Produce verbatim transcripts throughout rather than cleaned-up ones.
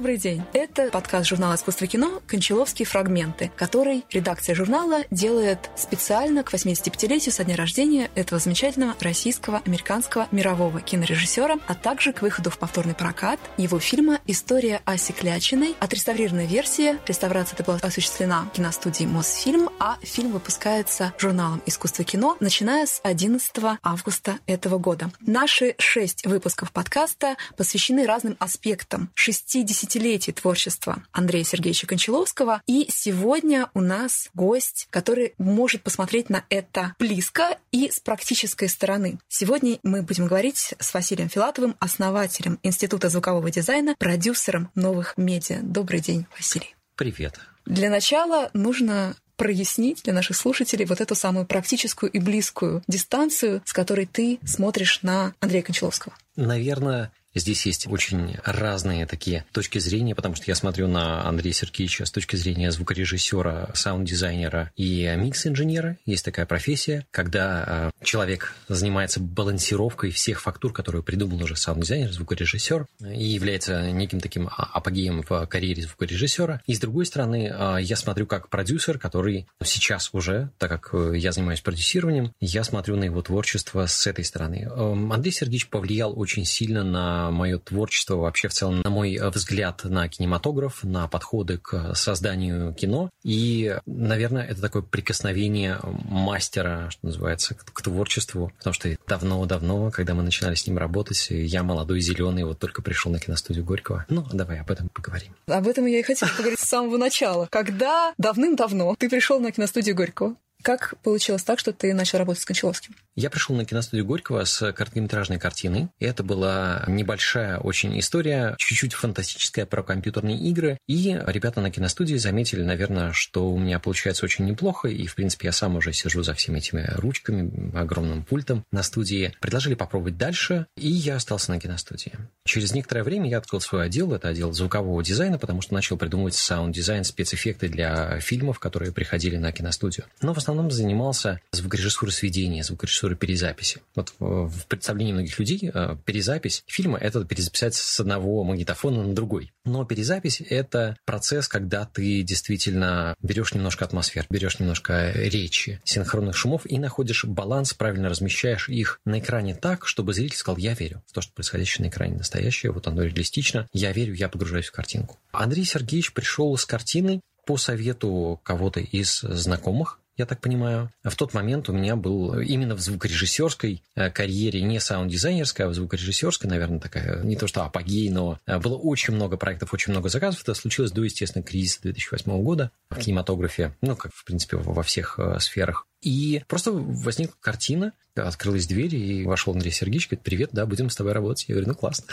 Добрый день. Это подкаст журнала «Искусство кино» «Кончаловские фрагменты», который редакция журнала делает специально к восьмидесятипятилетию со дня рождения этого замечательного российского, американского, мирового кинорежиссера, а также к выходу в повторный прокат его фильма «История Аси Клячиной». Отреставрированная версия. Реставрация эта была осуществлена в киностудии «Мосфильм», а фильм выпускается журналом «Искусство кино», начиная с одиннадцатого августа этого года. Наши шесть выпусков подкаста посвящены разным аспектам шестидесятилетия творчества Андрея Сергеевича Кончаловского. И сегодня у нас гость, который может посмотреть на это близко и с практической стороны. Сегодня мы будем говорить с Василием Филатовым, основателем Института звукового дизайна, продюсером новых медиа. Добрый день, Василий. Привет. Для начала нужно прояснить для наших слушателей вот эту самую практическую и близкую дистанцию, с которой ты смотришь на Андрея Кончаловского. Наверное, здесь есть очень разные такие точки зрения, потому что я смотрю на Андрея Сергеевича с точки зрения звукорежиссера, саунд-дизайнера и микс-инженера. Есть такая профессия, когда человек занимается балансировкой всех фактур, которые придумал уже саунд-дизайнер, звукорежиссер, и является неким таким апогеем в карьере звукорежиссера. И с другой стороны, я смотрю как продюсер, который сейчас уже, так как я занимаюсь продюсированием, я смотрю на его творчество с этой стороны. Андрей Сергеевич повлиял очень сильно на мое творчество, вообще в целом, на мой взгляд на кинематограф, на подходы к созданию кино. И, наверное, это такое прикосновение мастера, что называется, к, к творчеству. Потому что давно-давно, когда мы начинали с ним работать, я молодой, зеленый, вот только пришел на киностудию Горького. Ну, давай об этом поговорим. Об этом я и хотела поговорить с самого начала. Когда давным-давно ты пришел на киностудию Горького? Как получилось так, что ты начал работать с Кончаловским? Я пришел на киностудию Горького с короткометражной картиной. И это была небольшая очень история, чуть-чуть фантастическая про компьютерные игры. И ребята на киностудии заметили, наверное, что у меня получается очень неплохо. И, в принципе, я сам уже сижу за всеми этими ручками, огромным пультом на студии. Предложили попробовать дальше, и я остался на киностудии. Через некоторое время я открыл свой отдел. Это отдел звукового дизайна, потому что начал придумывать саунд-дизайн, спецэффекты для фильмов, которые приходили на киностудию. Но в основном В основном занимался звукорежиссурой сведения, звукорежиссурой перезаписи. Вот в представлении многих людей перезапись фильма – это перезаписать с одного магнитофона на другой. Но перезапись – это процесс, когда ты действительно берешь немножко атмосфер, берешь немножко речи, синхронных шумов и находишь баланс, правильно размещаешь их на экране так, чтобы зритель сказал: «Я верю в то, что происходящее на экране настоящее, вот оно реалистично, я верю, я погружаюсь в картинку». Андрей Сергеевич пришел с картиной по совету кого-то из знакомых, я так понимаю. В тот момент у меня был именно в звукорежиссерской карьере, не саунд-дизайнерской, а в звукорежиссерской, наверное, такая, не то что апогей, но было очень много проектов, очень много заказов. Это случилось до, естественно, кризиса две тысячи восьмого года в кинематографе, ну, как, в принципе, во всех сферах. И просто возникла картина, открылась дверь, и вошел Андрей Сергеевич, говорит: «Привет, да, будем с тобой работать». Я говорю: «Ну, классно».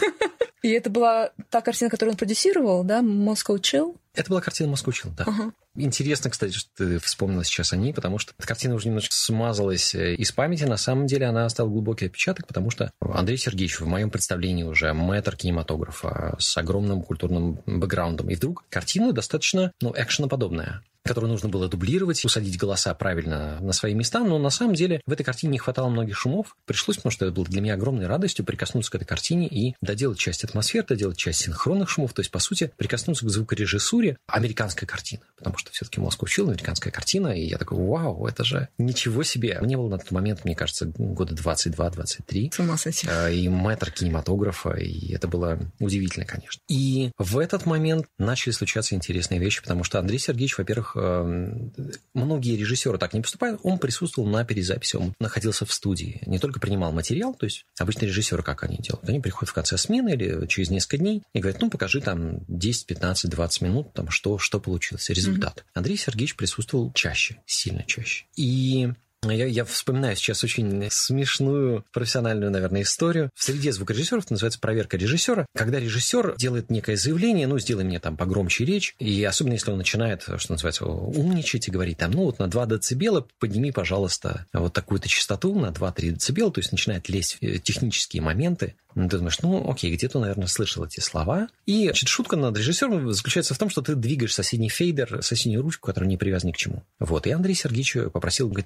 И это была та картина, которую он продюсировал, да, «Moscow Chill»? Это была картина «Moscow Chill», да. Uh-huh. Интересно, кстати, что ты вспомнила сейчас о ней, потому что эта картина уже немножко смазалась из памяти. На самом деле она оставила глубокий отпечаток, потому что Андрей Сергеевич в моем представлении уже мэтр кинематографа с огромным культурным бэкграундом. И вдруг картина достаточно, ну, экшеноподобная, которую нужно было дублировать, усадить голоса правильно на свои места, но на самом деле в этой картине не хватало многих шумов. Пришлось, потому что это было для меня огромной радостью, прикоснуться к этой картине и доделать часть атмосфер, доделать часть синхронных шумов, то есть, по сути, прикоснуться к звукорежиссуре американской картины, потому что все-таки Moscow Chill, американская картина, и я такой: вау, это же ничего себе. Мне было на тот момент, мне кажется, года двадцать два двадцать три. С ума сойти. И мэтр кинематографа, и это было удивительно, конечно. И в этот момент начали случаться интересные вещи, потому что Андрей Сергеевич, во-первых, многие режиссеры так не поступают, он присутствовал на перезаписи, он находился в студии, не только принимал материал, то есть обычно режиссеры как они делают? Они приходят в конце смены или через несколько дней и говорят: ну, покажи там десять, пятнадцать, двадцать минут, там, что, что получилось, результат. Mm-hmm. Андрей Сергеевич присутствовал чаще, сильно чаще. И Я, я вспоминаю сейчас очень смешную профессиональную, наверное, историю. В среде звукорежиссеров это называется проверка режиссера. Когда режиссер делает некое заявление: ну, сделай мне там погромче речь, и особенно если он начинает, что называется, умничать и говорить там: ну, вот на два децибела подними, пожалуйста, вот такую-то частоту на два-три децибела, то есть начинает лезть в технические моменты. Ты думаешь: ну, окей, где-то, наверное, слышал эти слова. И, значит, шутка над режиссером заключается в том, что ты двигаешь соседний фейдер, соседнюю ручку, которая не привязана ни к чему. Вот. И Андрей Сергеевич попросил, говорит: сделай, пожалуйста,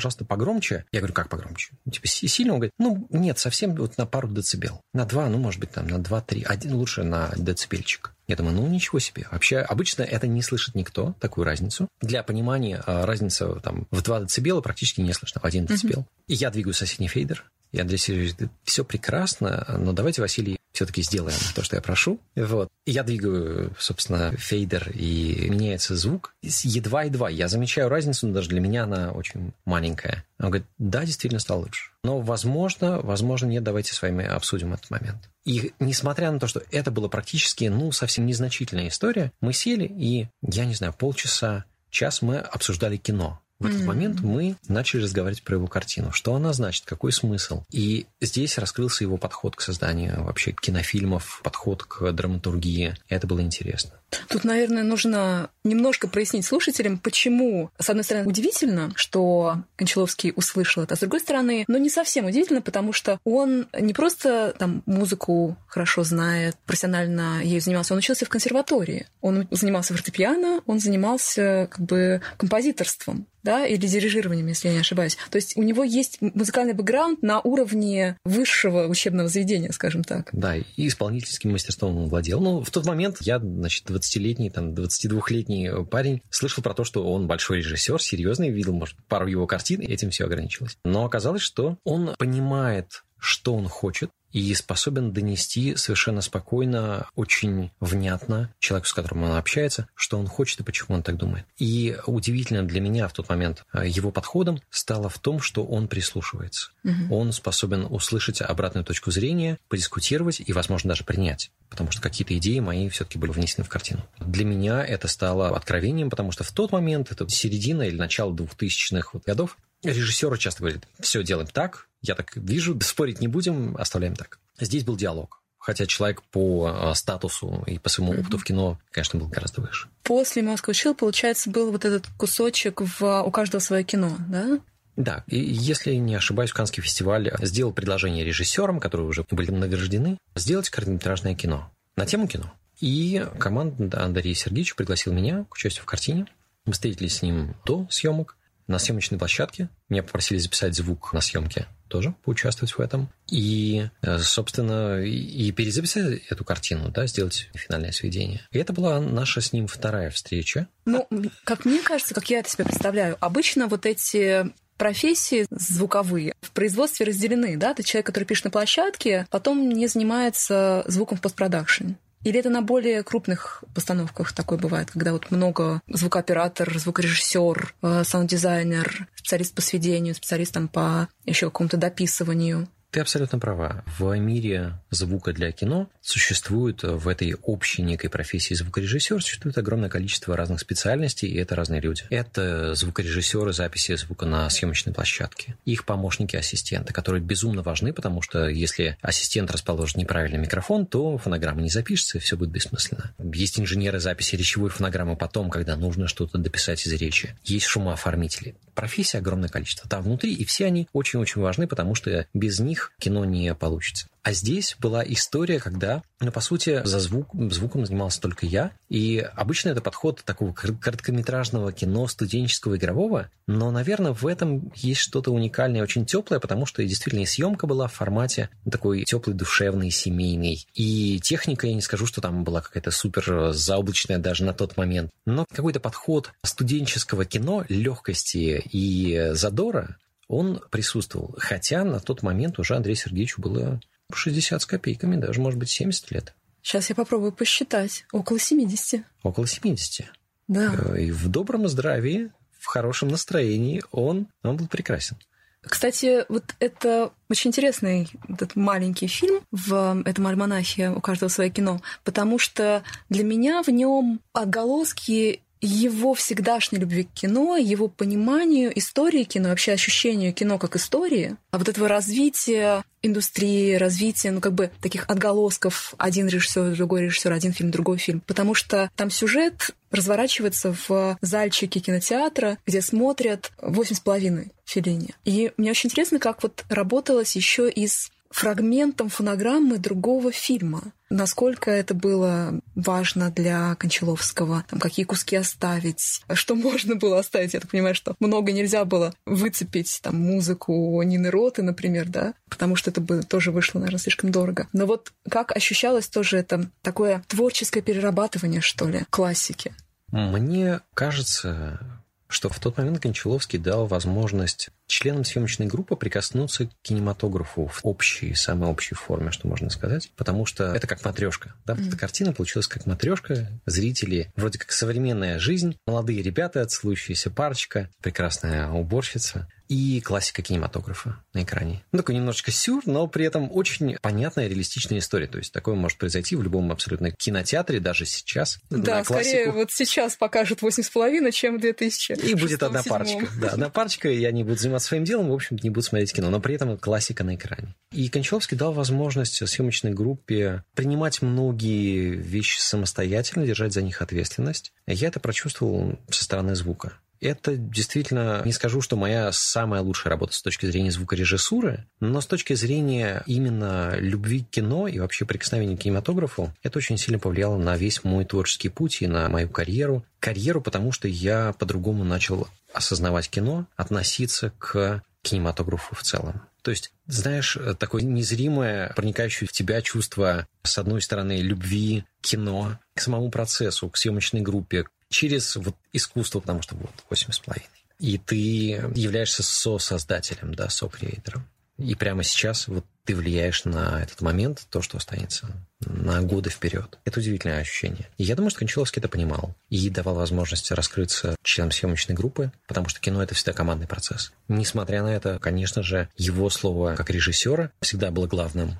пожалуйста, погромче. Я говорю, как погромче? Типа сильно? Он говорит, ну, нет, совсем вот на пару децибел. На два, ну, может быть, там, на два-три. Один лучше на децибельчик. Я думаю, ну, ничего себе. Вообще, обычно это не слышит никто, такую разницу. Для понимания, разница там в два децибела практически не слышно, в один децибел. Mm-hmm. И я двигаю соседний фейдер. И Андрей Сергеевич говорит, все прекрасно, но давайте, Василий, все-таки сделаем то, что я прошу. Вот. И я двигаю, собственно, фейдер, и меняется звук. Едва-едва. Я замечаю разницу, но даже для меня она очень маленькая. Он говорит, да, действительно стало лучше. Но, возможно, возможно, нет, давайте с вами обсудим этот момент. И несмотря на то, что это была практически, ну, совсем незначительная история, мы сели, и, я не знаю, полчаса, час мы обсуждали кино. В этот mm-hmm. момент мы начали разговаривать про его картину. Что она значит, какой смысл. И здесь раскрылся его подход к созданию вообще кинофильмов, подход к драматургии. И это было интересно. Тут, наверное, нужно немножко прояснить слушателям, почему, с одной стороны, удивительно, что Кончаловский услышал это, а с другой стороны, ну, не совсем удивительно, потому что он не просто там музыку хорошо знает, профессионально ею занимался, он учился в консерватории, он занимался фортепиано, он занимался как бы композиторством, да, или дирижированием, если я не ошибаюсь. То есть у него есть музыкальный бэкграунд на уровне высшего учебного заведения, скажем так. Да, и исполнительским мастерством он владел. Ну, в тот момент я, значит, двадцатилетний, там, двадцатидвухлетний парень слышал про то, что он большой режиссер, серьезный, видел, может, пару его картин, и этим все ограничилось. Но оказалось, что он понимает, что он хочет, и способен донести совершенно спокойно, очень внятно человеку, с которым он общается, что он хочет и почему он так думает. И удивительно для меня в тот момент его подходом стало в том, что он прислушивается. Угу. Он способен услышать обратную точку зрения, подискутировать и, возможно, даже принять. Потому что какие-то идеи мои все-таки были внесены в картину. Для меня это стало откровением, потому что в тот момент, это середина или начало двухтысячных годов, режиссеры часто говорят, все делаем так, я так вижу, спорить не будем, оставляем так. Здесь был диалог. Хотя человек по статусу и по своему опыту mm-hmm. в кино, конечно, был гораздо выше. После Moscow Chill, получается, был вот этот кусочек в «У каждого свое кино», да? Да, и если не ошибаюсь, Каннский фестиваль сделал предложение режиссерам, которые уже были награждены, сделать короткометражное кино на тему кино. И команда Андрея Сергеевича пригласила меня к участию в картине. Мы встретились с ним до съемок на съемочной площадке. Меня попросили записать звук на съемке, тоже поучаствовать в этом. И, собственно, и перезаписать эту картину, да, сделать финальное сведение. И это была наша с ним вторая встреча. Ну, как мне кажется, как я это себе представляю, обычно вот эти профессии звуковые в производстве разделены, да? Ты человек, который пишет на площадке, потом не занимается звуком в постпродакшене. Или это на более крупных постановках такое бывает, когда вот много звукооператор, звукорежиссер, саунд-дизайнер, специалист по сведению, специалист там по еще какому-то дописыванию. Ты абсолютно права. В мире звука для кино существует в этой общей некой профессии звукорежиссер, существует огромное количество разных специальностей, и это разные люди. Это звукорежиссеры записи звука на съемочной площадке, их помощники-ассистенты, которые безумно важны, потому что если ассистент расположит неправильно микрофон, то фонограмма не запишется, и все будет бессмысленно. Есть инженеры записи речевой фонограммы потом, когда нужно что-то дописать из речи. Есть шумооформители. Профессий огромное количество там внутри, и все они очень-очень важны, потому что без них кино не получится. А здесь была история, когда, ну, по сути, за звук, звуком занимался только я. И обычно это подход такого короткометражного кино, студенческого, игрового. Но, наверное, в этом есть что-то уникальное, очень теплое, потому что действительно и съемка была в формате такой теплый, душевный, семейный. И техника, я не скажу, что там была какая-то супер заоблачная даже на тот момент. Но какой-то подход студенческого кино, легкости и задора, он присутствовал. Хотя на тот момент уже Андрею Сергеевичу было шестьдесят с копейками, даже, может быть, семьдесят лет. Сейчас я попробую посчитать. Около семидесяти. Около семидесяти. Да. И в добром здравии, в хорошем настроении он, он был прекрасен. Кстати, вот это очень интересный этот маленький фильм в этом альманахе «У каждого свое кино», потому что для меня в нем отголоски его всегдашней любви к кино, его пониманию истории кино, вообще ощущению кино как истории, а вот этого развития индустрии, развития, ну, как бы таких отголосков, один режиссер, другой режиссер, один фильм, другой фильм. Потому что там сюжет разворачивается в зальчике кинотеатра, где смотрят восемь с половиной Феллини. И мне очень интересно, как вот работалось еще и с фрагментом фонограммы другого фильма. Насколько это было важно для Кончаловского, там, какие куски оставить, что можно было оставить. Я так понимаю, что много нельзя было выцепить там, музыку Нины Роты, например, да, потому что это бы тоже вышло, наверное, слишком дорого. Но вот как ощущалось тоже это такое творческое перерабатывание, что ли, классики? Мне кажется, что в тот момент Кончаловский дал возможность членам съемочной группы прикоснуться к кинематографу в общей, самой общей форме, что можно сказать, потому что это как матрешка. Да? Mm. Эта картина получилась как матрешка. Зрители, вроде как современная жизнь, молодые ребята, целующаяся парочка, прекрасная уборщица и классика кинематографа на экране. Ну, такой немножечко сюр, но при этом очень понятная, реалистичная история. То есть такое может произойти в любом абсолютно кинотеатре, даже сейчас. Да, скорее вот сейчас покажут восемь с половиной, чем две тысячи. И будет одна парочка. Да, одна парочка, и они будут заниматься своим делом, в общем-то, не будут смотреть кино, но при этом классика на экране. И Кончаловский дал возможность съемочной группе принимать многие вещи самостоятельно, держать за них ответственность. Я это прочувствовал со стороны звука. Это действительно, не скажу, что моя самая лучшая работа с точки зрения звукорежиссуры, но с точки зрения именно любви к кино и вообще прикосновения к кинематографу, это очень сильно повлияло на весь мой творческий путь и на мою карьеру. Карьеру, потому что я по-другому начал осознавать кино, относиться к кинематографу в целом. То есть, знаешь, такое незримое, проникающее в тебя чувство, с одной стороны, любви к кино, к самому процессу, к съемочной группе, через вот искусство, потому что вот восемь с половиной. И ты являешься сосоздателем, да, со-креатором. И прямо сейчас вот ты влияешь на этот момент, то, что останется на годы вперед. Это удивительное ощущение. И я думаю, что Кончаловский это понимал и давал возможность раскрыться членам съемочной группы, потому что кино — это всегда командный процесс. Несмотря на это, конечно же, его слово как режиссера всегда было главным.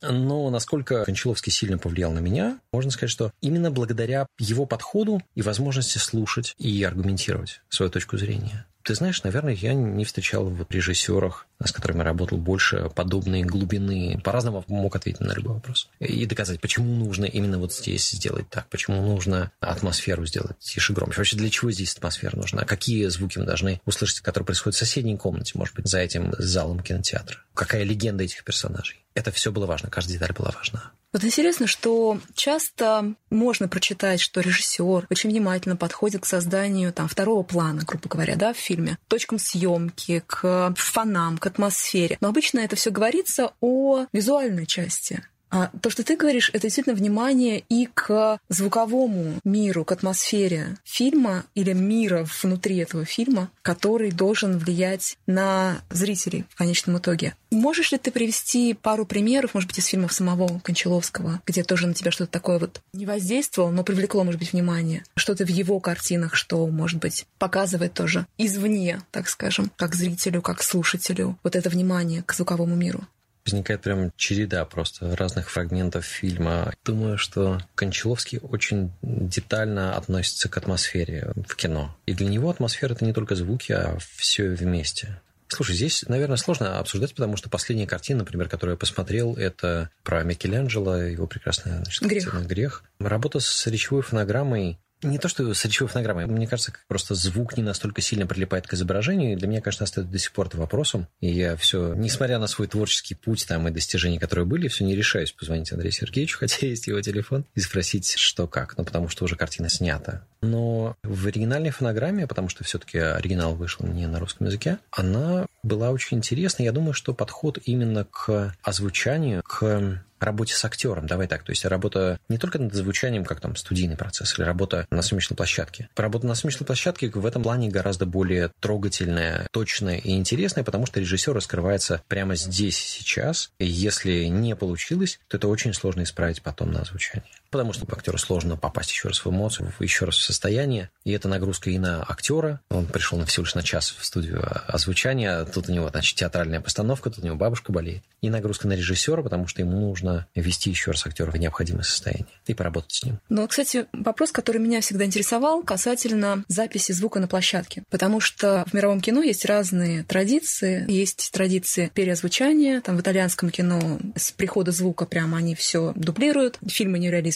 Но насколько Кончаловский сильно повлиял на меня, можно сказать, что именно благодаря его подходу и возможности слушать и аргументировать свою точку зрения. Ты знаешь, наверное, я не встречал в режиссерах, с которыми я работал, больше подобной глубины. По-разному мог ответить на любой вопрос. И доказать, почему нужно именно вот здесь сделать так, почему нужно атмосферу сделать тише, громче. Вообще, для чего здесь атмосфера нужна? Какие звуки мы должны услышать, которые происходят в соседней комнате, может быть, за этим залом кинотеатра? Какая легенда этих персонажей? Это все было важно, каждая деталь была важна. Вот интересно, что часто можно прочитать, что режиссер очень внимательно подходит к созданию там, второго плана, грубо говоря, да, в фильме, к точкам съемки, к фонам, к атмосфере. Но обычно это все говорится о визуальной части. А то, что ты говоришь, это действительно внимание и к звуковому миру, к атмосфере фильма или мира внутри этого фильма, который должен влиять на зрителей в конечном итоге. Можешь ли ты привести пару примеров, может быть, из фильмов самого Кончаловского, где тоже на тебя что-то такое вот не воздействовало, но привлекло, может быть, внимание? Что-то в его картинах, что, может быть, показывает тоже извне, так скажем, как зрителю, как слушателю, вот это внимание к звуковому миру? Возникает прям череда просто разных фрагментов фильма. Думаю, что Кончаловский очень детально относится к атмосфере в кино. И для него атмосфера — это не только звуки, а все вместе. Слушай, здесь, наверное, сложно обсуждать, потому что последняя картина, например, которую я посмотрел, это про Микеланджело, его прекрасная, значит, «Грех». картина «Грех». Работа с речевой фонограммой. Не то, что с речевой фонограммой. Мне кажется, просто звук не настолько сильно прилипает к изображению. И для меня, конечно, остается до сих пор это вопросом. И я все, несмотря на свой творческий путь там, и достижения, которые были, все не решаюсь позвонить Андрею Сергеевичу, хотя есть его телефон, и спросить, что как. Ну, потому что уже картина снята. Но в оригинальной фонограмме, потому что все-таки оригинал вышел не на русском языке, она была очень интересна. Я думаю, что подход именно к озвучанию, к работе с актером, давай так, то есть работа не только над звучанием, как там студийный процесс, или работа на съемочной площадке. Работа на съемочной площадке в этом плане гораздо более трогательная, точная и интересная, потому что режиссер раскрывается прямо здесь и сейчас. И если не получилось, то это очень сложно исправить потом на озвучании. Потому что актеру сложно попасть еще раз в эмоцию, еще раз в состояние. И это нагрузка и на актера. Он пришел всего лишь на час в студию озвучания. Тут у него, значит, театральная постановка, тут у него бабушка болеет. И нагрузка на режиссера, потому что ему нужно ввести еще раз актера в необходимое состояние и поработать с ним. Но, кстати, вопрос, который меня всегда интересовал, касательно записи звука на площадке. Потому что в мировом кино есть разные традиции. Есть традиции переозвучания. Там в итальянском кино с прихода звука прямо они все дублируют. Фильмы неореалистичные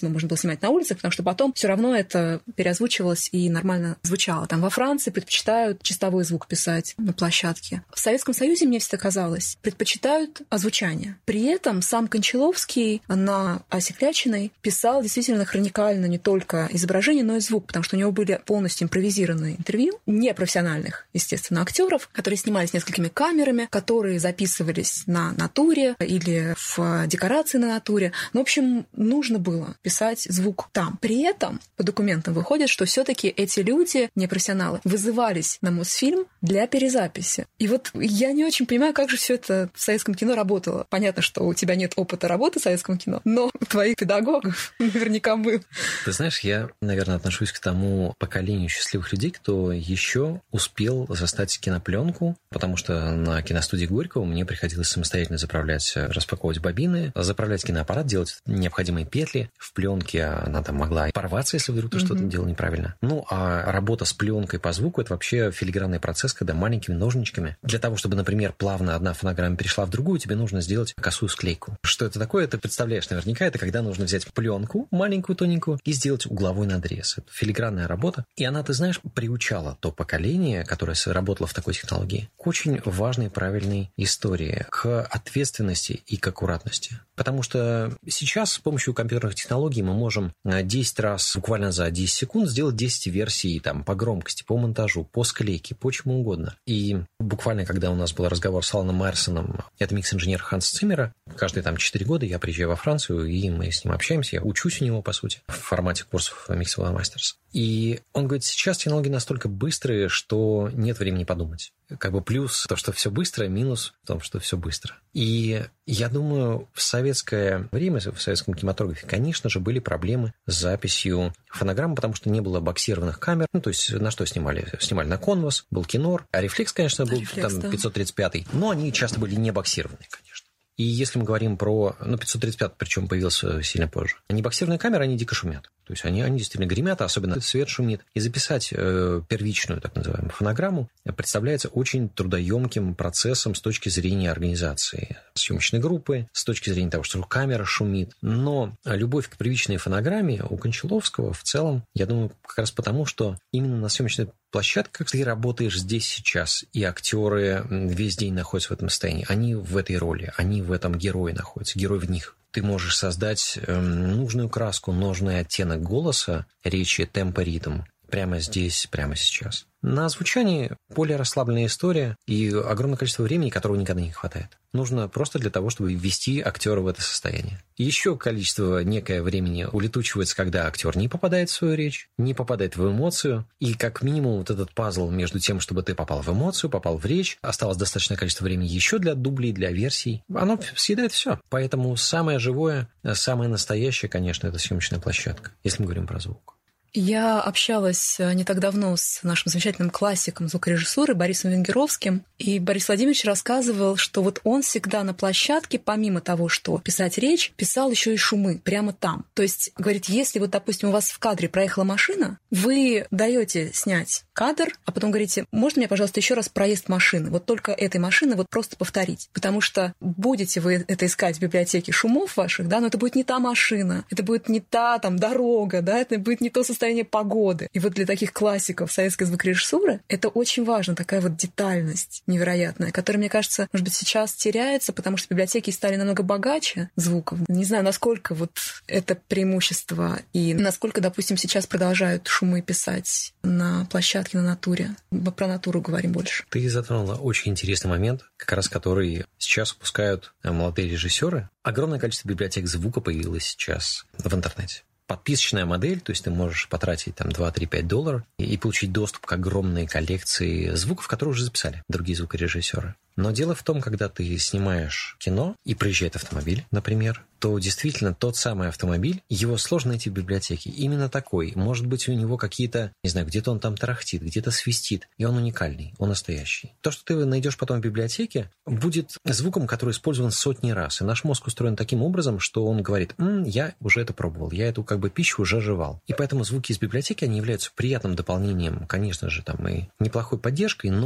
максимум можно было снимать на улицах, потому что потом все равно это переозвучивалось и нормально звучало. Там во Франции предпочитают чистовой звук писать на площадке. В Советском Союзе, мне всегда казалось, предпочитают озвучание. При этом сам Кончаловский на Асе Клячиной писал действительно хроникально не только изображение, но и звук, потому что у него были полностью импровизированные интервью, непрофессиональных, естественно, актеров, которые снимались несколькими камерами, которые записывались на натуре или в декорации на натуре. Ну, в общем, нужно было писать звук там. При этом по документам выходит, что все-таки эти люди, непрофессионалы, вызывались на Мосфильм для перезаписи. И вот я не очень понимаю, как же все это в советском кино работало. Понятно, что у тебя нет опыта работы в советском кино, но у твоих педагогов наверняка был. Ты знаешь, я, наверное, отношусь к тому поколению счастливых людей, кто еще успел застать кинопленку, потому что на киностудии Горького мне приходилось самостоятельно заправлять, распаковывать бобины, заправлять киноаппарат, делать необходимые петли. В пленке она там могла порваться, если вдруг ты mm-hmm. что-то делал неправильно. Ну, а работа с пленкой по звуку — это вообще филигранный процесс, когда маленькими ножничками. Для того, чтобы, например, плавно одна фонограмма перешла в другую, тебе нужно сделать косую склейку. Что это такое? Ты представляешь наверняка. Это когда нужно взять пленку маленькую, тоненькую, и сделать угловой надрез. Это филигранная работа. И она, ты знаешь, приучала то поколение, которое работало в такой технологии, к очень важной, правильной истории, к ответственности и к аккуратности. Потому что сейчас с помощью компьютерных технологий мы можем десять раз, буквально за десять секунд, сделать десять версий там, по громкости, по монтажу, по склейке, по чему угодно. И буквально, когда у нас был разговор с Аланом Майерсоном, это микс-инженер Ханса Циммера, каждые там четыре года я приезжаю во Францию, и мы с ним общаемся, я учусь у него, по сути, в формате курсов Mixable Masters. И он говорит, сейчас технологии настолько быстрые, что нет времени подумать. Как бы плюс то, что все быстро, минус в том, что все быстро. И я думаю, в советское время, в советском кинематографе, конечно же, были проблемы с записью фонограмм, потому что не было боксированных камер. Ну, то есть на что снимали? Снимали на конвас, был кинор, а рефлекс, конечно, был рефлекс, там да. пятьсот тридцать пятый, но они часто были не боксированные, конечно. И если мы говорим про... Ну, пятьсот тридцать пятый, причем появился сильно позже. Небоксированные камеры, они дико шумят. То есть они, они действительно гремят, особенно свет шумит. И записать э, первичную, так называемую, фонограмму представляется очень трудоемким процессом с точки зрения организации съемочной группы, с точки зрения того, что камера шумит. Но любовь к первичной фонограмме у Кончаловского в целом, я думаю, как раз потому, что именно на съемочной площадке, как ты работаешь здесь сейчас, и актеры весь день находятся в этом состоянии, они в этой роли, они в этом герое находятся, герой в них. Ты можешь создать э, нужную краску, нужный оттенок голоса, речи, темпа, ритм прямо здесь, прямо сейчас. На звучании более расслабленная история и огромное количество времени, которого никогда не хватает. Нужно просто для того, чтобы ввести актера в это состояние. Еще количество некое времени улетучивается, когда актер не попадает в свою речь, не попадает в эмоцию. И как минимум вот этот пазл между тем, чтобы ты попал в эмоцию, попал в речь, осталось достаточное количество времени еще для дублей, для версий. Оно съедает все. Поэтому самое живое, самое настоящее, конечно, это съемочная площадка, если мы говорим про звук. Я общалась не так давно с нашим замечательным классиком звукорежиссуры Борисом Венгеровским, и Борис Владимирович рассказывал, что вот он всегда на площадке, помимо того, что писать речь, писал еще и шумы прямо там. То есть, говорит, если вот, допустим, у вас в кадре проехала машина, вы даете снять кадр, а потом говорите, можно мне, пожалуйста, еще раз проезд машины, вот только этой машины вот просто повторить, потому что будете вы это искать в библиотеке шумов ваших, да, но это будет не та машина, это будет не та там дорога, да, это будет не то состояние состояние погоды. И вот для таких классиков советской звукорежиссуры это очень важно, такая вот детальность невероятная, которая, мне кажется, может быть, сейчас теряется, потому что библиотеки стали намного богаче звуков. Не знаю, насколько вот это преимущество и насколько, допустим, сейчас продолжают шумы писать на площадке, на натуре. Мы про натуру говорим больше. Ты затронула очень интересный момент, как раз который сейчас выпускают молодые режиссеры. Огромное количество библиотек звука появилось сейчас в интернете. Подписочная модель, то есть ты можешь потратить там два, три, пять долларов и получить доступ к огромной коллекции звуков, которые уже записали другие звукорежиссеры. Но дело в том, когда ты снимаешь кино и проезжает автомобиль, например, то действительно тот самый автомобиль, его сложно найти в библиотеке. Именно такой. Может быть, у него какие-то, не знаю, где-то он там тарахтит, где-то свистит, и он уникальный, он настоящий. То, что ты найдешь потом в библиотеке, будет звуком, который использован сотни раз. И наш мозг устроен таким образом, что он говорит, «М, я уже это пробовал, я эту как бы пищу уже жевал». И поэтому звуки из библиотеки, они являются приятным дополнением, конечно же, там и неплохой поддержкой, но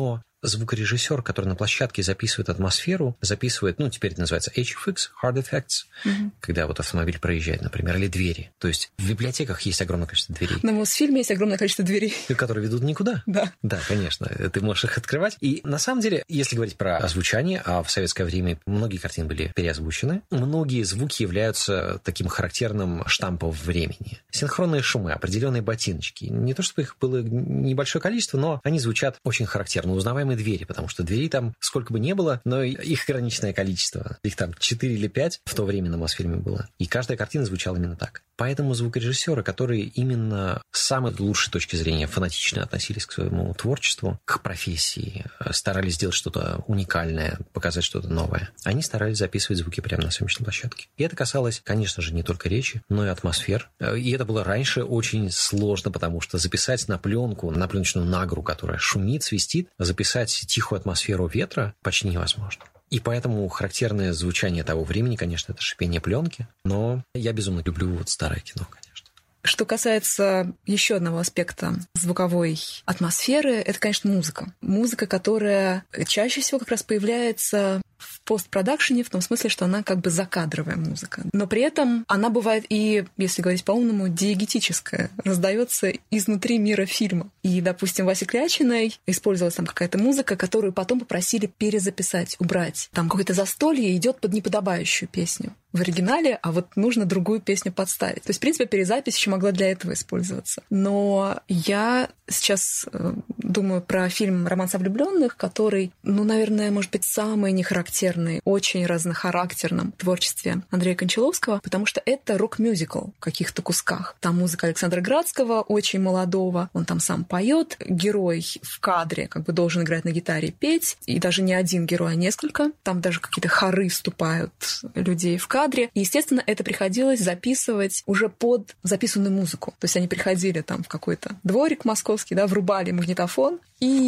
звукорежиссер, который на площадке записывает атмосферу, записывает, ну, теперь это называется эйч эф икс, Hard Effects, mm-hmm. когда вот автомобиль проезжает, например, или двери. То есть в библиотеках есть огромное количество дверей. На Мосфильме есть огромное количество дверей. Которые ведут никуда. Да. Да, конечно. Ты можешь их открывать. И на самом деле, если говорить про озвучание, а в советское время многие картины были переозвучены, многие звуки являются таким характерным штампом времени. Синхронные шумы, определенные ботиночки. Не то чтобы их было небольшое количество, но они звучат очень характерно. Узнаваемые двери, потому что дверей там сколько бы ни было, но их ограниченное количество. Их там четыре или пять в то время на Мосфильме было. И каждая картина звучала именно так. Поэтому звукорежиссеры, которые именно с самой лучшей точки зрения фанатично относились к своему творчеству, к профессии, старались сделать что-то уникальное, показать что-то новое, они старались записывать звуки прямо на съемочной площадке. И это касалось, конечно же, не только речи, но и атмосфер. И это было раньше очень сложно, потому что записать на пленку, на пленочную нагру, которая шумит, свистит, записать тихую атмосферу ветра почти невозможно. И поэтому характерное звучание того времени, конечно, это шипение пленки, но я безумно люблю вот старое кино, конечно. Что касается еще одного аспекта звуковой атмосферы, это, конечно, музыка. Музыка, которая чаще всего как раз появляется в постпродакшене, в том смысле, что она как бы закадровая музыка. Но при этом она бывает и, если говорить по-умному, диегетическая, раздается изнутри мира фильма. И, допустим, Васе Клячиной использовалась там какая-то музыка, которую потом попросили перезаписать, убрать. Там какое-то застолье идет под неподобающую песню в оригинале, а вот нужно другую песню подставить. То есть, в принципе, перезапись еще могла для этого использоваться. Но я сейчас думаю про фильм «Романс о влюбленных», который, ну, наверное, может быть, самый нехарактерный, очень разнохарактерном творчестве Андрея Кончаловского, потому что это рок-мюзикл в каких-то кусках. Там музыка Александра Градского, очень молодого, он там сам поет, герой в кадре как бы должен играть на гитаре и петь, и даже не один герой, а несколько. Там даже какие-то хоры вступают людей в кадре. И, естественно, это приходилось записывать уже под записанную музыку. То есть они приходили там в какой-то дворик московский, да, врубали магнитофон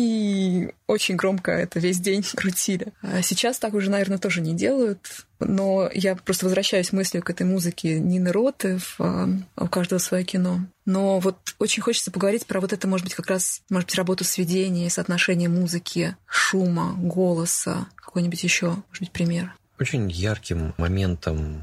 и очень громко это весь день крутили. А сейчас так уже, наверное, тоже не делают. Но я просто возвращаюсь мыслью к этой музыке Нины Роты в «У каждого свое кино». Но вот очень хочется поговорить про вот это, может быть, как раз, может быть, работу сведения, соотношение музыки, шума, голоса, какой-нибудь еще, может быть, пример. Очень ярким моментом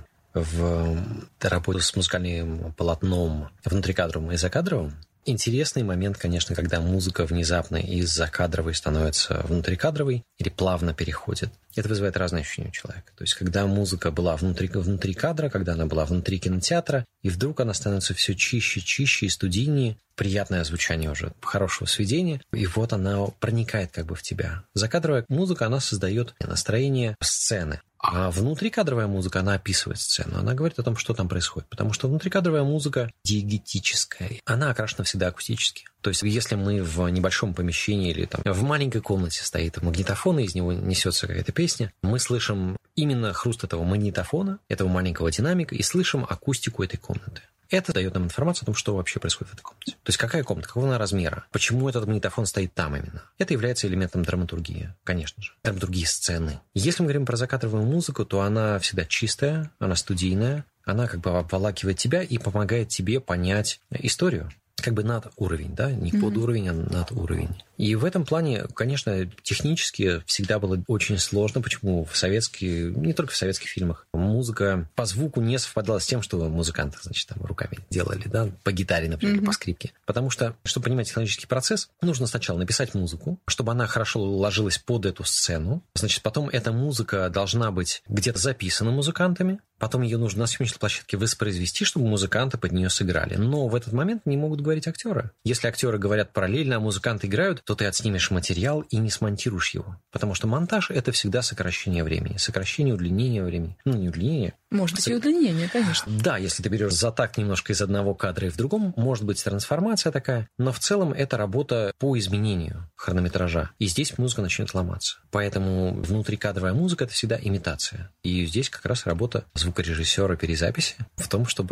в работе с музыкальным полотном внутрикадровым и закадровым интересный момент, конечно, когда музыка внезапно из закадровой становится внутрикадровой или плавно переходит. Это вызывает разные ощущения у человека. То есть, когда музыка была внутри, внутри кадра, когда она была внутри кинотеатра, и вдруг она становится все чище, чище и студийнее, приятное звучание уже хорошего сведения, и вот она проникает как бы в тебя. Закадровая музыка, она создает настроение сцены. А внутрикадровая музыка, она описывает сцену. Она говорит о том, что там происходит. Потому что внутрикадровая музыка диегетическая. Она окрашена всегда акустически. То есть, если мы в небольшом помещении или там в маленькой комнате стоит магнитофон, и из него несется какая-то песня, мы слышим именно хруст этого магнитофона, этого маленького динамика, и слышим акустику этой комнаты. Это дает нам информацию о том, что вообще происходит в этой комнате. То есть, какая комната, какого она размера, почему этот магнитофон стоит там именно. Это является элементом драматургии, конечно же. Драматургии сцены. Если мы говорим про закадровую музыку, то она всегда чистая, она студийная, она как бы обволакивает тебя и помогает тебе понять историю. Как бы над уровень, да, не под уровень, а над уровень. И в этом плане, конечно, технически всегда было очень сложно. Почему в советских, не только в советских фильмах, музыка по звуку не совпадала с тем, что музыканты, значит, там руками делали, да, по гитаре, например, mm-hmm. по скрипке. Потому что, чтобы понимать технологический процесс, нужно сначала написать музыку, чтобы она хорошо ложилась под эту сцену. Значит, потом эта музыка должна быть где-то записана музыкантами, потом ее нужно на съемочной площадке воспроизвести, чтобы музыканты под нее сыграли. Но в этот момент не могут говорить актеры. Если актеры говорят параллельно, а музыканты играют, то ты отснимешь материал и не смонтируешь его. Потому что монтаж – это всегда сокращение времени. Сокращение, удлинение времени. Ну, не удлинение. Может быть, и удлинение, конечно. Да, если ты берешь за такт немножко из одного кадра и в другом, может быть трансформация такая. Но в целом это работа по изменению хронометража. И здесь музыка начнет ломаться. Поэтому внутрикадровая музыка – это всегда имитация. И здесь как раз работа звукорежиссера перезаписи в том, чтобы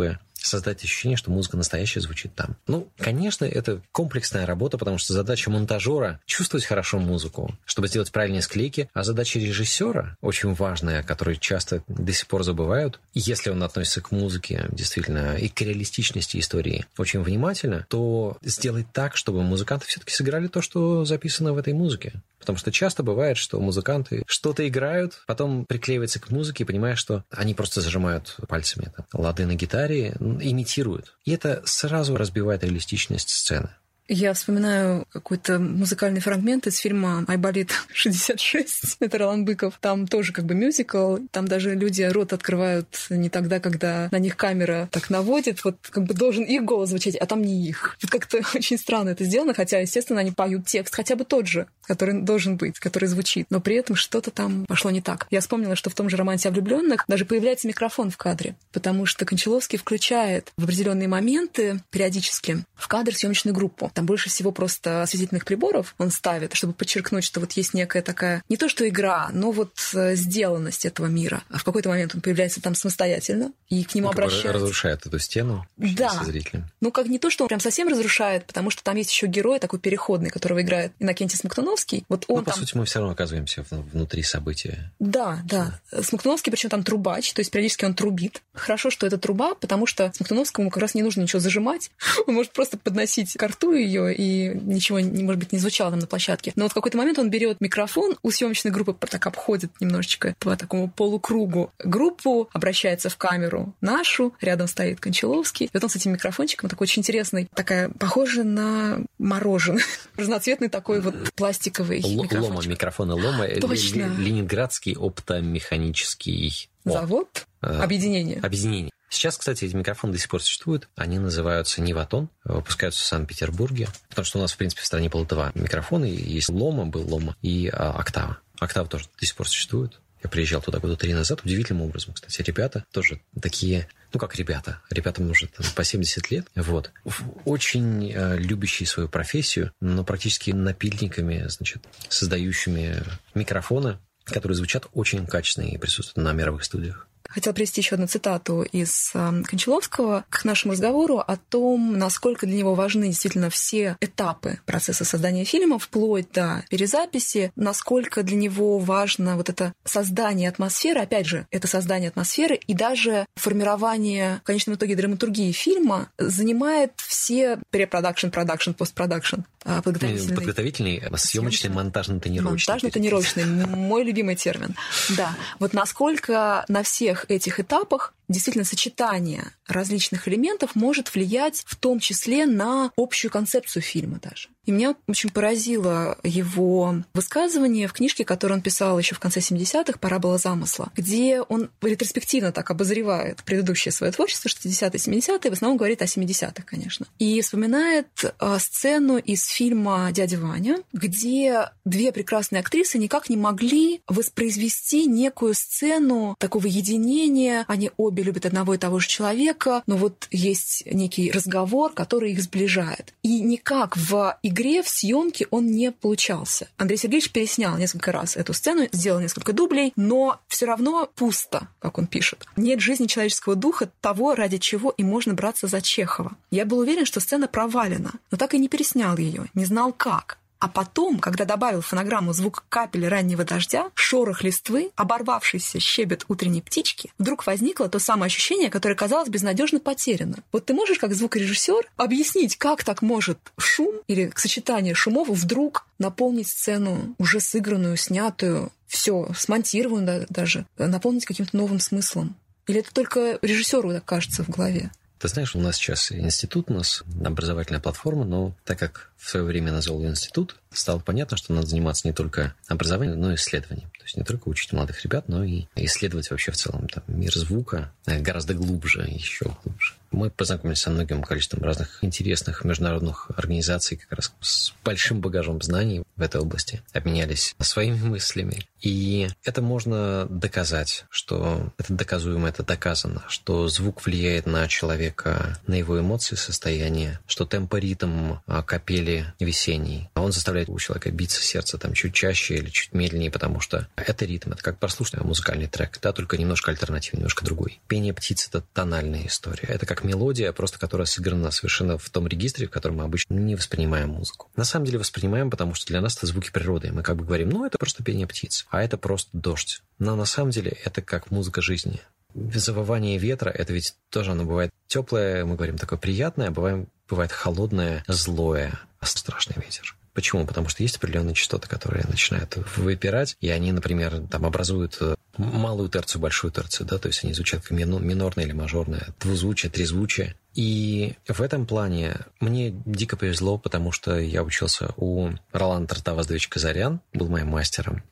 создать ощущение, что музыка настоящая звучит там. Ну, конечно, это комплексная работа, потому что задача монтажера — чувствовать хорошо музыку, чтобы сделать правильные склейки, а задача режиссера, очень важная, которую часто до сих пор забывают, если он относится к музыке действительно и к реалистичности истории очень внимательно, то сделать так, чтобы музыканты все-таки сыграли то, что записано в этой музыке. Потому что часто бывает, что музыканты что-то играют, потом приклеиваются к музыке, понимая, что они просто зажимают пальцами там, лады на гитаре, имитируют. И это сразу разбивает реалистичность сцены. Я вспоминаю какой-то музыкальный фрагмент из фильма «Айболит шестьдесят шесть». Это Ролан Быков. Там тоже как бы мюзикл. Там даже люди рот открывают не тогда, когда на них камера так наводит. Вот как бы должен их голос звучать, а там не их. Вот как-то очень странно это сделано, хотя, естественно, они поют текст хотя бы тот же, который должен быть, который звучит. Но при этом что-то там пошло не так. Я вспомнила, что в том же «Романсе о влюбленных» даже появляется микрофон в кадре, потому что Кончаловский включает в определенные моменты периодически в кадр съемочную группу. Там больше всего просто осветительных приборов он ставит, чтобы подчеркнуть, что вот есть некая такая, не то что игра, но вот сделанность этого мира. А в какой-то момент он появляется там самостоятельно, и к нему ну, обращаются. Разрушает эту стену да. со зрителем. Ну, как не то, что он прям совсем разрушает, потому что там есть еще герой такой переходный, которого играет Иннокентий Смоктуновский. Вот он ну, по там... сути, мы все равно оказываемся внутри события. Да, да. Смоктуновский, причем там трубач, то есть периодически он трубит. Хорошо, что это труба, потому что Смоктуновскому как раз не нужно ничего зажимать. Он может просто подносить к рту ее, и ничего, может быть, не звучало там на площадке. Но вот в какой-то момент он берет микрофон, у съемочной группы так обходит немножечко по такому полукругу группу, обращается в камеру нашу, рядом стоит Кончаловский. И вот он с этим микрофончиком такой очень интересный, такая, похожа на мороженое. Разноцветный такой вот пластиковый Л- микрофончик. Лома, микрофона Лома. Точно. Л- Ленинградский оптомеханический... Завод? О, Объединение. Объединение. Сейчас, кстати, эти микрофоны до сих пор существуют. Они называются Неватон, выпускаются в Санкт-Петербурге. Потому что у нас, в принципе, в стране было два микрофона. Есть Лома, был Лома, и а, Октава. Октава тоже до сих пор существует. Я приезжал туда года три назад. Удивительным образом, кстати. Ребята тоже такие... Ну, как ребята. Ребятам уже там, по семьдесят лет. Вот. Очень э, любящие свою профессию, но практически напильниками, значит, создающими микрофоны, которые звучат очень качественно и присутствуют на мировых студиях. Хотела привести еще одну цитату из э, Кончаловского к нашему разговору о том, насколько для него важны действительно все этапы процесса создания фильма, вплоть до перезаписи, насколько для него важно вот это создание атмосферы, опять же, это создание атмосферы и даже формирование, в конечном итоге, драматургии фильма занимает все препродакшн, продакшн, постпродакшн, подготовительный. Подготовительный, съемочный, монтажно-тонировочный. Монтажно-тонировочный, мой любимый термин. Да. Вот насколько на всех этих этапах действительно сочетание различных элементов может влиять в том числе на общую концепцию фильма даже. И меня очень поразило его высказывание в книжке, которую он писал еще в конце семидесятых «Парабола замысла», где он ретроспективно так обозревает предыдущее свое творчество, шестидесятые, семидесятые, в основном говорит о семидесятых, конечно. И вспоминает сцену из фильма «Дядя Ваня», где две прекрасные актрисы никак не могли воспроизвести некую сцену такого единения. Они обе любят одного и того же человека, но вот есть некий разговор, который их сближает. И никак в игре, в съемке он не получался. Андрей Сергеевич переснял несколько раз эту сцену, сделал несколько дублей, но все равно пусто, как он пишет. Нет жизни человеческого духа, того, ради чего и можно браться за Чехова. Я был уверен, что сцена провалена, но так и не переснял ее, не знал как. А потом, когда добавил в фонограмму звук капель раннего дождя, шорох листвы, оборвавшийся щебет утренней птички, вдруг возникло то самое ощущение, которое казалось безнадежно потеряно. Вот ты можешь, как звукорежиссер, объяснить, как так может шум или сочетание шумов вдруг наполнить сцену, уже сыгранную, снятую, все смонтированную даже, наполнить каким-то новым смыслом? Или это только режиссеру так кажется в голове? Ты знаешь, у нас сейчас институт, у нас образовательная платформа, но так как в свое время назвал ее институт, стало понятно, что надо заниматься не только образованием, но и исследованием. То есть не только учить молодых ребят, но и исследовать вообще в целом там, мир звука гораздо глубже, еще глубже. Мы познакомились со многим количеством разных интересных международных организаций, как раз с большим багажом знаний в этой области, обменялись своими мыслями. И это можно доказать, что это доказуемо, это доказано, что звук влияет на человека, на его эмоции, состояние, что темпоритм капели весенний, он заставляет у человека биться сердце там чуть чаще или чуть медленнее, потому что это ритм, это как прослушать музыкальный трек, да, только немножко альтернативный, немножко другой. Пение птиц — это тональная история, это как как мелодия, просто которая сыграна совершенно в том регистре, в котором мы обычно не воспринимаем музыку. На самом деле воспринимаем, потому что для нас это звуки природы. Мы как бы говорим, ну, это просто пение птиц, а это просто дождь. Но на самом деле это как музыка жизни. Завывание ветра, это ведь тоже оно бывает теплое, мы говорим, такое приятное, а бывает, бывает холодное, злое, страшный ветер. Почему? Потому что есть определенные частоты, которые начинают выпирать, и они, например, там образуют малую терцию, большую терцию, да, то есть они звучат как минорное или мажорное, двузвучие, трезвучие. И в этом плане мне дико повезло, потому что я учился у Роланда Тартаваздовича Казарян, был моим мастером.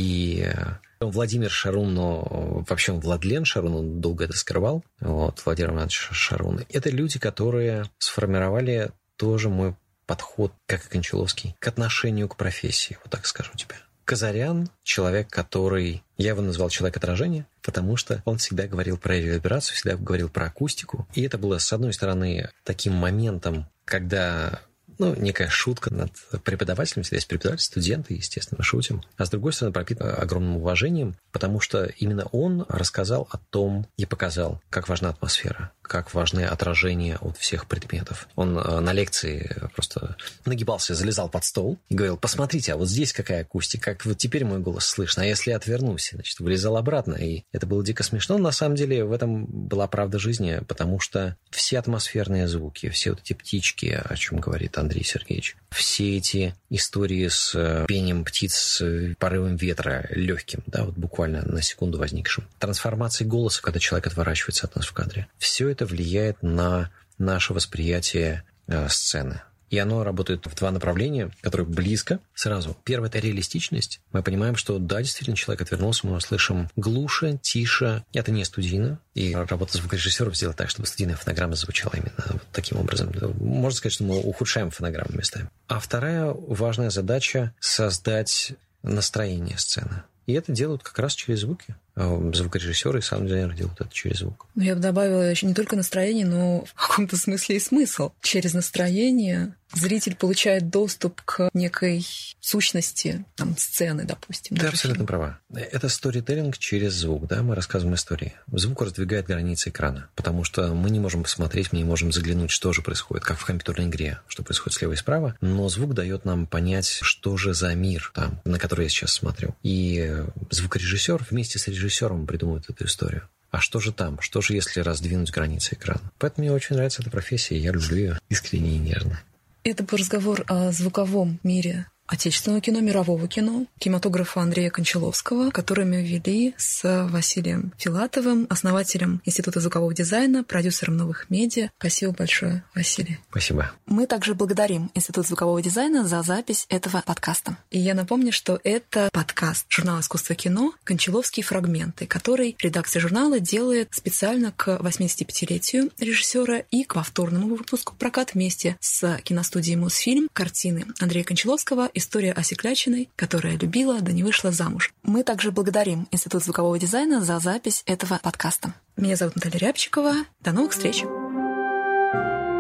И Владимир Шарун, но вообще он Владлен Шарун, он долго это скрывал, вот, Владимир Иванович Шарун. Это люди, которые сформировали тоже мой подход, как и Кончаловский, к отношению к профессии, вот так скажу тебе. Казарян — человек, который... Я его назвал человек отражения, потому что он всегда говорил про реверберацию, всегда говорил про акустику. И это было, с одной стороны, таким моментом, когда... Ну, некая шутка над преподавателем. Всегда есть преподаватель, студенты, естественно, шутим. А с другой стороны, пропитан огромным уважением, потому что именно он рассказал о том и показал, как важна атмосфера, как важны отражения от всех предметов. Он на лекции просто нагибался, залезал под стол и говорил, посмотрите, а вот здесь какая акустика, как вот теперь мой голос слышно, а если я отвернусь, значит, вылезал обратно. И это было дико смешно. На самом деле в этом была правда жизни, потому что все атмосферные звуки, все вот эти птички, о чем говорит Андрей Сергеевич, все эти истории с пением птиц, с порывом ветра легким, да, вот буквально на секунду возникшим, трансформацией голоса, когда человек отворачивается от нас в кадре, все это влияет на наше восприятие э, сцены. И оно работает в два направления, которые близко сразу. Первое – это реалистичность. Мы понимаем, что да, действительно, человек отвернулся, мы слышим глуше, тише. Это не студийно. И работа звукорежиссеров сделать так, чтобы студийная фонограмма звучала именно вот таким образом. Можно сказать, что мы ухудшаем фонограмму местами. А вторая важная задача – создать настроение сцены. И это делают как раз через звуки. Звукорежиссеры и саунд-дизайнеры делают это через звук. Ну, я бы добавила еще не только настроение, но в каком-то смысле и смысл. Через настроение зритель получает доступ к некой сущности там, сцены, допустим. Ты абсолютно права. Это сторителлинг через звук, да, мы рассказываем истории. Звук раздвигает границы экрана, потому что мы не можем посмотреть, мы не можем заглянуть, что же происходит, как в компьютерной игре, что происходит слева и справа, но звук дает нам понять, что же за мир там, на который я сейчас смотрю. И звукорежиссер вместе с режиссером придумывает эту историю. А что же там? Что же, если раздвинуть границы экрана? Поэтому мне очень нравится эта профессия, я люблю ее искренне и нежно. Это был разговор о звуковом мире отечественного кино, мирового кино, кинематографа Андрея Кончаловского, который мы вели с Василием Филатовым, основателем Института звукового дизайна, продюсером новых медиа. Спасибо большое, Василий. Спасибо. Мы также благодарим Институт звукового дизайна за запись этого подкаста. И я напомню, что это подкаст журнала «Искусство кино» «Кончаловские фрагменты», который редакция журнала делает специально к восьмидесятипятилетию режиссера и к повторному выпуску прокат вместе с киностудией «Мосфильм» картины Андрея Кончаловского «История о Секлячиной, которая любила, да не вышла замуж». Мы также благодарим Институт звукового дизайна за запись этого подкаста. Меня зовут Наталья Рябчикова. До новых встреч!